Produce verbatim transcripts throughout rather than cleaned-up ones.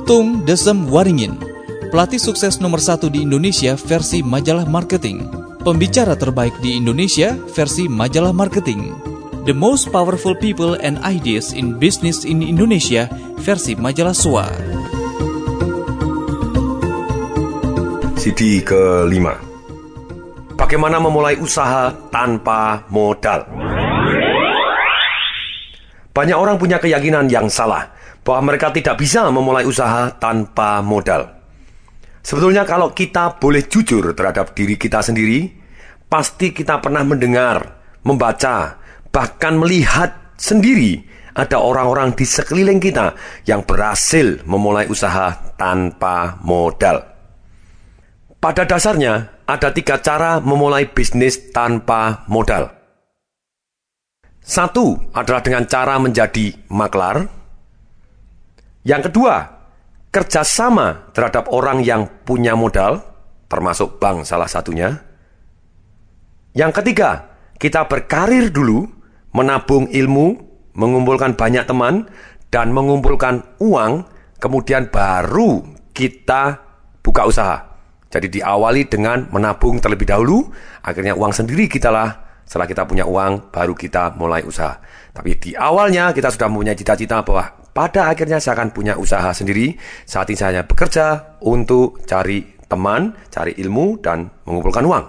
Tung Desem Waringin, pelatih sukses nomor satu di Indonesia versi majalah marketing, pembicara terbaik di Indonesia versi majalah marketing, The Most Powerful People and Ideas in Business in Indonesia versi majalah S W A. C D kelima. Bagaimana memulai usaha tanpa modal? Banyak orang punya keyakinan yang salah bahwa mereka tidak bisa memulai usaha tanpa modal. Sebetulnya kalau kita boleh jujur terhadap diri kita sendiri, pasti kita pernah mendengar, membaca, bahkan melihat sendiri ada orang-orang di sekeliling kita yang berhasil memulai usaha tanpa modal. Pada dasarnya, ada tiga cara memulai bisnis tanpa modal. Satu adalah dengan cara menjadi maklar. Yang kedua, kerjasama terhadap orang yang punya modal, termasuk bank salah satunya. Yang ketiga, kita berkarir dulu, menabung ilmu, mengumpulkan banyak teman, dan mengumpulkan uang, kemudian baru kita buka usaha. Jadi diawali dengan menabung terlebih dahulu, akhirnya uang sendiri kita lah, setelah kita punya uang, baru kita mulai usaha. Tapi di awalnya kita sudah mempunyai cita-cita bahwa pada akhirnya saya akan punya usaha sendiri. Saat ini saya hanya bekerja untuk cari teman, cari ilmu, dan mengumpulkan uang.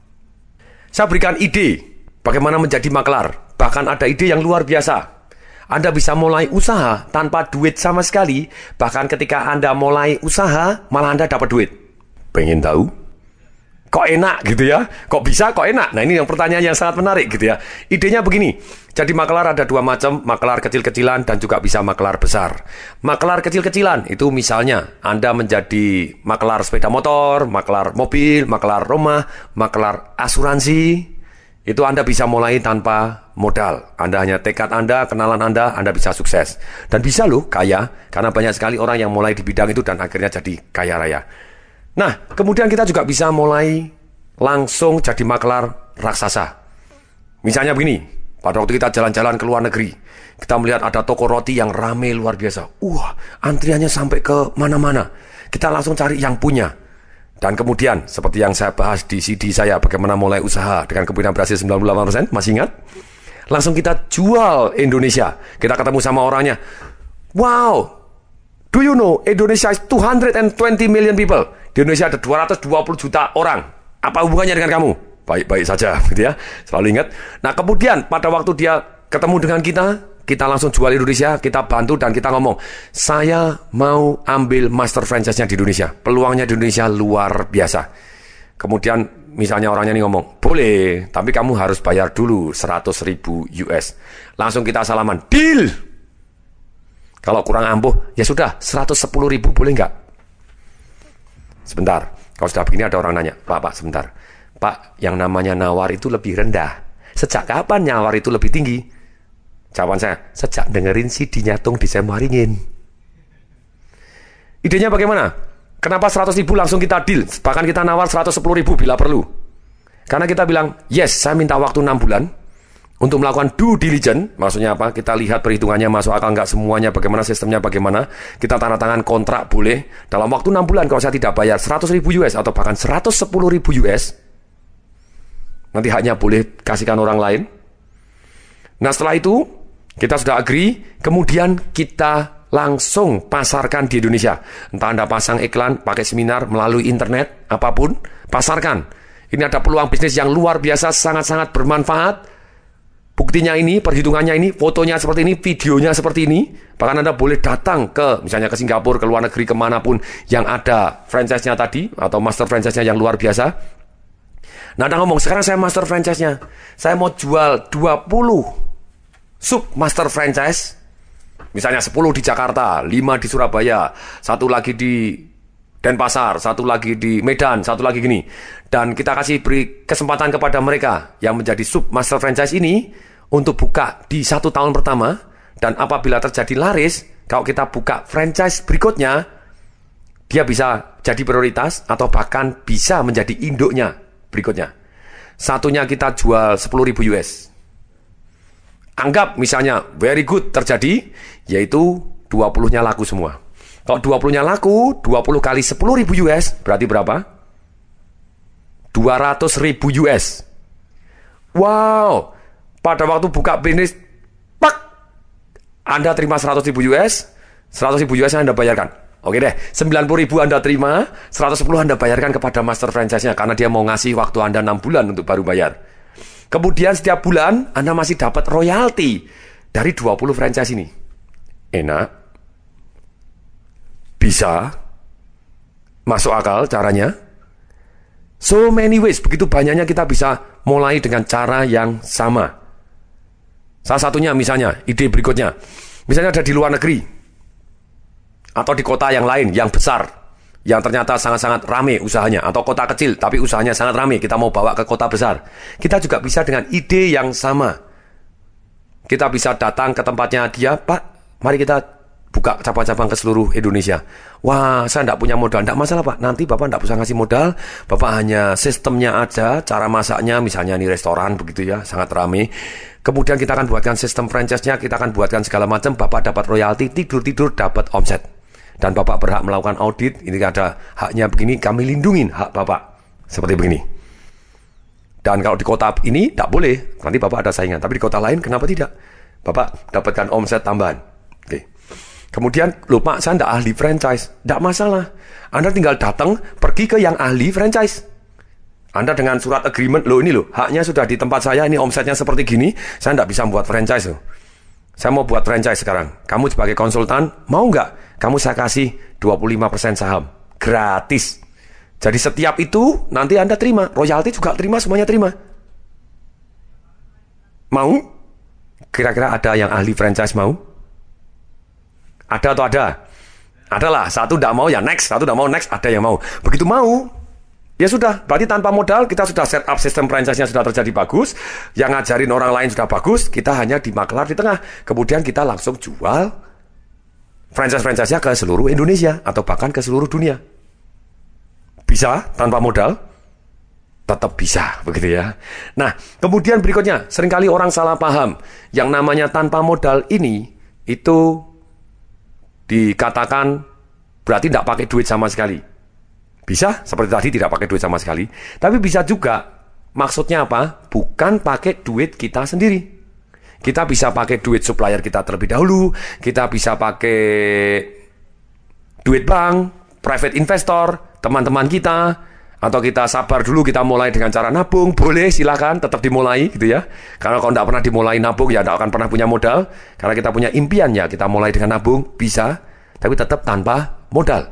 Saya berikan ide bagaimana menjadi maklar. Bahkan ada ide yang luar biasa. Anda bisa mulai usaha tanpa duit sama sekali. Bahkan ketika Anda mulai usaha, malah Anda dapat duit. Pengen tahu? Kok enak gitu ya? Kok bisa, kok enak? Nah ini yang pertanyaan yang sangat menarik gitu ya. Idenya begini, jadi maklar ada dua macam, maklar kecil-kecilan dan juga bisa maklar besar. Maklar kecil-kecilan itu misalnya Anda menjadi maklar sepeda motor, maklar mobil, maklar rumah, maklar asuransi. Itu Anda bisa mulai tanpa modal. Anda hanya tekad Anda, kenalan Anda, Anda bisa sukses. Dan bisa loh kaya, karena banyak sekali orang yang mulai di bidang itu dan akhirnya jadi kaya raya. Nah, kemudian kita juga bisa mulai langsung jadi maklar raksasa. Misalnya begini, pada waktu kita jalan-jalan ke luar negeri, kita melihat ada toko roti yang ramai luar biasa. Wah, antriannya sampai ke mana-mana. Kita langsung cari yang punya. Dan kemudian, seperti yang saya bahas di C D saya, bagaimana mulai usaha dengan kemungkinan berhasil sembilan puluh delapan persen, masih ingat? Langsung kita jual Indonesia. Kita ketemu sama orangnya. Wow! Do you know Indonesia is two hundred twenty million people? Di Indonesia ada dua ratus dua puluh juta orang. Apa hubungannya dengan kamu? Baik-baik saja, gitu ya. Selalu ingat. Nah, kemudian pada waktu dia ketemu dengan kita, kita langsung jual Indonesia, kita bantu dan kita ngomong, saya mau ambil master franchise-nya di Indonesia. Peluangnya di Indonesia luar biasa. Kemudian misalnya orangnya ini ngomong, boleh, tapi kamu harus bayar dulu seratus ribu U S. Langsung kita salaman, deal! Kalau kurang ampuh, ya sudah, seratus sepuluh ribu boleh nggak? Sebentar, kalau sudah begini ada orang nanya, Pak, Pak, sebentar. Pak, yang namanya nawar itu lebih rendah. Sejak kapan nawar itu lebih tinggi? Jawaban saya, sejak dengerin C D-nya Tung Desem Waringin. Idenya bagaimana? Kenapa seratus ribu langsung kita deal? Bahkan kita nawar seratus sepuluh ribu bila perlu. Karena kita bilang, yes, saya minta waktu enam bulan. Untuk melakukan due diligence, maksudnya apa? Kita lihat perhitungannya masuk akal nggak semuanya, bagaimana sistemnya, bagaimana. Kita tanda tangan kontrak boleh. Dalam waktu enam bulan kalau saya tidak bayar seratus ribu U S atau bahkan seratus sepuluh ribu U S, nanti haknya boleh kasihkan orang lain. Nah setelah itu, kita sudah agree, kemudian kita langsung pasarkan di Indonesia. Entah Anda pasang iklan, pakai seminar, melalui internet, apapun, pasarkan. Ini ada peluang bisnis yang luar biasa, sangat-sangat bermanfaat. Buktinya ini, perhitungannya ini, fotonya seperti ini, videonya seperti ini. Bahkan Anda boleh datang ke, misalnya ke Singapura, ke luar negeri, kemanapun yang ada franchise-nya tadi, atau master franchise-nya yang luar biasa. Nah, Anda ngomong, sekarang saya master franchise-nya. Saya mau jual dua puluh sub master franchise. Misalnya sepuluh di Jakarta, lima di Surabaya, satu lagi di Denpasar, satu lagi di Medan, satu lagi gini. Dan kita kasih beri kesempatan kepada mereka yang menjadi sub master franchise ini untuk buka di satu tahun pertama. Dan apabila terjadi laris, kalau kita buka franchise berikutnya, dia bisa jadi prioritas atau bahkan bisa menjadi induknya berikutnya. Satunya kita jual sepuluh ribu U S. Anggap misalnya very good terjadi, yaitu dua puluh-nya laku semua. Kalau dua puluh-nya laku, dua puluh kali sepuluh ribu U S, berarti berapa? dua ratus ribu U S. Wow, pada waktu buka bisnis, pak, Anda terima seratus ribu U S, seratus ribu U S yang Anda bayarkan. Oke deh, sembilan puluh ribu Anda terima, seratus sepuluh Anda bayarkan kepada master franchise-nya, karena dia mau ngasih waktu Anda enam bulan untuk baru bayar. Kemudian setiap bulan Anda masih dapat royalti dari dua puluh franchise ini. Enak. Bisa, masuk akal caranya. So many ways, begitu banyaknya kita bisa mulai dengan cara yang sama. Salah satunya misalnya, ide berikutnya. Misalnya ada di luar negeri, atau di kota yang lain, yang besar, yang ternyata sangat-sangat rame usahanya, atau kota kecil, tapi usahanya sangat rame, kita mau bawa ke kota besar. Kita juga bisa dengan ide yang sama. Kita bisa datang ke tempatnya dia, Pak, mari kita buka cabang-cabang ke seluruh Indonesia. Wah, saya tidak punya modal. Tidak masalah, Pak. Nanti Bapak tidak usah ngasih modal. Bapak hanya sistemnya aja, cara masaknya, misalnya ini restoran, begitu ya, sangat ramai. Kemudian kita akan buatkan sistem franchise-nya, kita akan buatkan segala macam. Bapak dapat royalti, tidur-tidur dapat omset. Dan Bapak berhak melakukan audit. Ini ada haknya begini, kami lindungin hak Bapak. Seperti begini. Dan kalau di kota ini, tidak boleh. Nanti Bapak ada saingan. Tapi di kota lain, kenapa tidak? Bapak dapatkan omset tambahan. Oke. Kemudian, loh Pak, saya tidak ahli franchise. Tidak masalah. Anda tinggal datang, pergi ke yang ahli franchise. Anda dengan surat agreement, loh ini loh, haknya sudah di tempat saya, ini omsetnya seperti gini, saya tidak bisa membuat franchise loh. Saya mau buat franchise sekarang. Kamu sebagai konsultan, mau nggak? Kamu saya kasih dua puluh lima persen saham. Gratis. Jadi setiap itu, nanti Anda terima. Royalti juga terima, semuanya terima. Mau? Kira-kira ada yang ahli franchise mau? Ada atau ada? Adalah, satu tidak mau ya next, satu tidak mau next, ada yang mau. Begitu mau, ya sudah, berarti tanpa modal kita sudah set up sistem franchise-nya sudah terjadi bagus, yang ngajarin orang lain sudah bagus, kita hanya di maklar di tengah. Kemudian kita langsung jual franchise-franchise-nya ke seluruh Indonesia atau bahkan ke seluruh dunia. Bisa tanpa modal? Tetap bisa, begitu ya. Nah, kemudian berikutnya, seringkali orang salah paham. Yang namanya tanpa modal ini, itu dikatakan berarti tidak pakai duit sama sekali. Bisa, seperti tadi tidak pakai duit sama sekali. Tapi bisa juga, maksudnya apa? Bukan pakai duit kita sendiri. Kita bisa pakai duit supplier kita terlebih dahulu. Kita bisa pakai duit bank, private investor, teman-teman kita. Atau kita sabar dulu, kita mulai dengan cara nabung. Boleh, silakan, tetap dimulai gitu ya. Karena kalau tidak pernah dimulai nabung, ya tidak akan pernah punya modal. Karena kita punya impian ya, kita mulai dengan nabung, bisa. Tapi tetap tanpa modal.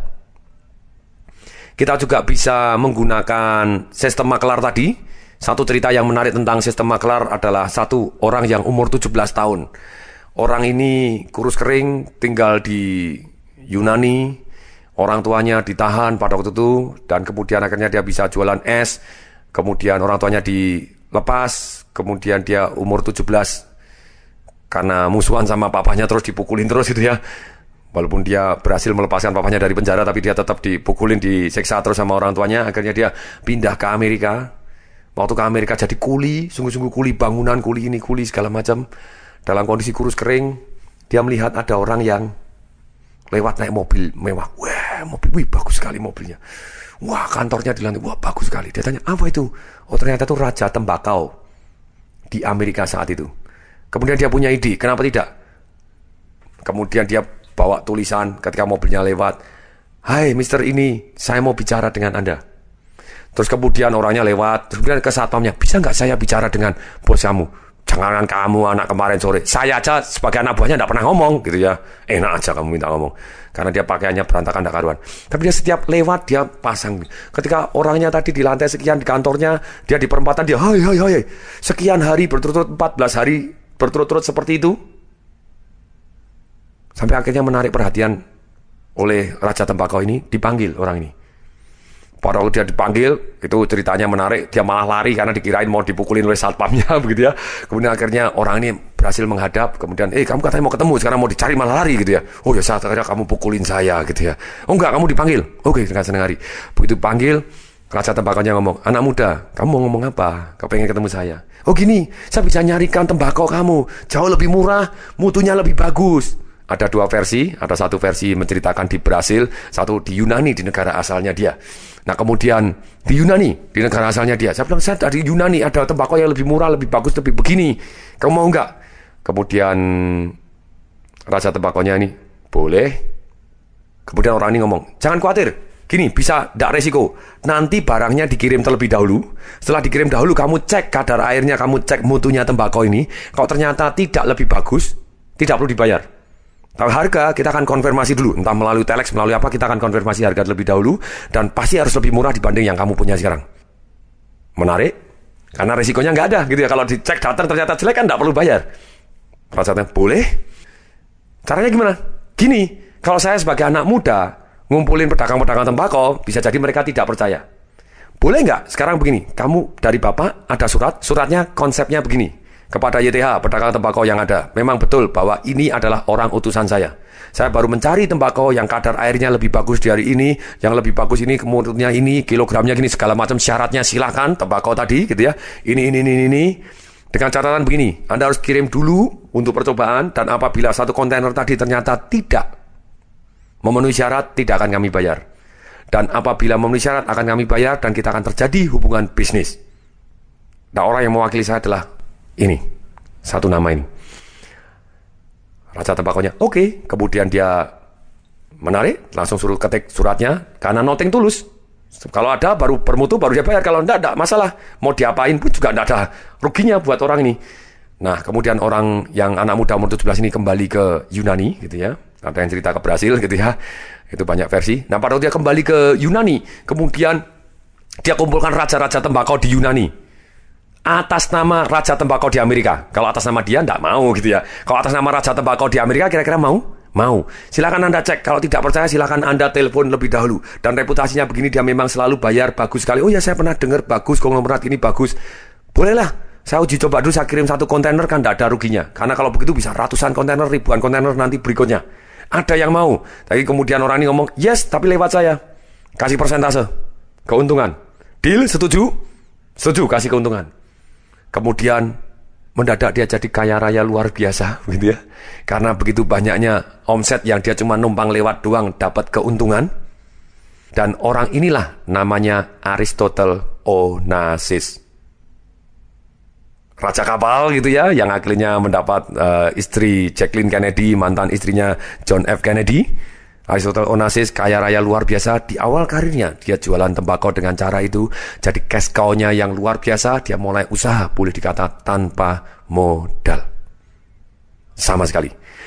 Kita juga bisa menggunakan sistem maklar tadi. Satu cerita yang menarik tentang sistem maklar adalah satu orang yang umur tujuh belas tahun. Orang ini kurus kering, tinggal di Yunani. Orang tuanya ditahan pada waktu itu, dan kemudian akhirnya dia bisa jualan es. Kemudian orang tuanya dilepas, kemudian dia umur tujuh belas. Karena musuhan sama papahnya terus dipukulin terus gitu ya. Walaupun dia berhasil melepaskan papahnya dari penjara, tapi dia tetap dipukulin, diseksa terus sama orang tuanya. Akhirnya dia pindah ke Amerika. Waktu ke Amerika jadi kuli, sungguh-sungguh kuli bangunan, kuli ini, kuli segala macam. Dalam kondisi kurus kering, dia melihat ada orang yang lewat naik mobil mewah. Wah, mobil, wih bagus sekali mobilnya. Wah, kantornya di lantai, wah bagus sekali. Dia tanya, apa itu? Oh, ternyata itu raja tembakau di Amerika saat itu. Kemudian dia punya ide, kenapa tidak? Kemudian dia bawa tulisan ketika mobilnya lewat. Hai mister ini, saya mau bicara dengan Anda. Terus kemudian orangnya lewat, terus kemudian ke satpamnya, bisa nggak saya bicara dengan bos kamu? Jangan kamu anak kemarin sore. Saya aja sebagai anak buahnya tidak pernah ngomong gitu ya. Enak aja kamu minta ngomong. Karena dia pakaiannya berantakan, tidak karuan. Tapi dia setiap lewat dia pasang. Ketika orangnya tadi di lantai sekian di kantornya, dia di perempatan dia hai hai hai. Sekian hari berturut-turut, empat belas hari berturut-turut seperti itu. Sampai akhirnya menarik perhatian oleh Raja Tembakau ini, dipanggil orang ini. Pada waktu dia dipanggil, itu ceritanya menarik, dia malah lari karena dikirain mau dipukulin oleh satpamnya begitu ya. Kemudian akhirnya orang ini berhasil menghadap, kemudian, eh kamu katanya mau ketemu, sekarang mau dicari malah lari gitu ya. Oh ya, saya kira kamu pukulin saya gitu ya. Oh enggak, kamu dipanggil. Oke, dengan senang hari. Begitu panggil, Raja Tembakaunya ngomong, anak muda, kamu mau ngomong apa? Kau pengen ketemu saya? Oh gini, saya bisa nyarikan tembakau kamu, jauh lebih murah, mutunya lebih bagus. Ada dua versi, ada satu versi menceritakan di Brasil, satu di Yunani, di negara asalnya dia. Nah kemudian di Yunani, di negara asalnya dia. Saya bilang, saya dari Yunani ada tembakau yang lebih murah, lebih bagus, lebih begini. Kamu mau nggak? Kemudian raja tembakonya ini, boleh. Kemudian orang ini ngomong, jangan khawatir, gini, bisa tidak resiko. Nanti barangnya dikirim terlebih dahulu. Setelah dikirim dahulu, kamu cek kadar airnya, kamu cek mutunya tembakau ini. Kalau ternyata tidak lebih bagus, tidak perlu dibayar. Kalau harga, kita akan konfirmasi dulu. Entah melalui telex, melalui apa, kita akan konfirmasi harga terlebih dahulu. Dan pasti harus lebih murah dibanding yang kamu punya sekarang. Menarik? Karena resikonya nggak ada gitu ya. Kalau dicek datang ternyata jelek kan nggak perlu bayar. Rasanya boleh. Caranya gimana? Gini, kalau saya sebagai anak muda ngumpulin pedagang-pedagang tembakau, bisa jadi mereka tidak percaya. Boleh nggak? Sekarang begini, kamu dari bapak ada surat, suratnya konsepnya begini. Kepada Y T H, pedagang tembakau yang ada. Memang betul bahwa ini adalah orang utusan saya. Saya baru mencari tembakau yang kadar airnya lebih bagus dari ini, yang lebih bagus ini, kemudiannya ini, kilogramnya gini, segala macam syaratnya silakan, tembakau tadi gitu ya. Ini, ini, ini, ini. Dengan catatan begini, Anda harus kirim dulu untuk percobaan, dan apabila satu kontainer tadi ternyata tidak memenuhi syarat, tidak akan kami bayar. Dan apabila memenuhi syarat, akan kami bayar, dan kita akan terjadi hubungan bisnis. Nah, orang yang mewakili saya adalah ini, satu nama ini. Raja tembakonya, oke. Okay. Kemudian dia menarik, langsung suruh ketik suratnya, karena nothing tulus. Kalau ada, baru bermutu, baru dia bayar. Kalau enggak, enggak masalah. Mau diapain pun juga enggak ada ruginya buat orang ini. Nah, kemudian orang yang anak muda umur tujuh belas ini kembali ke Yunani, gitu ya. Ada yang cerita ke Brasil gitu ya. Itu banyak versi. Nah, pada waktu dia kembali ke Yunani, kemudian dia kumpulkan raja-raja tembakau di Yunani atas nama raja tembakau di Amerika. Kalau atas nama dia enggak mau gitu ya. Kalau atas nama raja tembakau di Amerika kira-kira mau? Mau. Silakan Anda cek. Kalau tidak percaya silakan Anda telepon lebih dahulu. Dan reputasinya begini, dia memang selalu bayar bagus sekali. Oh ya, saya pernah dengar bagus, konglomerat ini bagus. Bolehlah. Saya uji coba dulu, saya kirim satu kontainer kan enggak ada ruginya. Karena kalau begitu bisa ratusan kontainer, ribuan kontainer nanti berikutnya. Ada yang mau. Tapi kemudian orang ini ngomong, yes, tapi lewat saya. Kasih persentase. Keuntungan. Deal, setuju? Setuju, kasih keuntungan. Kemudian mendadak dia jadi kaya raya luar biasa, gitu ya. Karena begitu banyaknya omset yang dia cuma numpang lewat doang dapat keuntungan. Dan orang inilah namanya Aristotle Onassis. Raja kapal gitu ya, yang akhirnya mendapat uh, istri Jacqueline Kennedy, mantan istrinya John F. Kennedy. Aristotle Onassis kaya raya luar biasa. Di awal karirnya dia jualan tembakau dengan cara itu. Jadi cash cow-nya yang luar biasa. Dia mulai usaha boleh dikata tanpa modal sama sekali.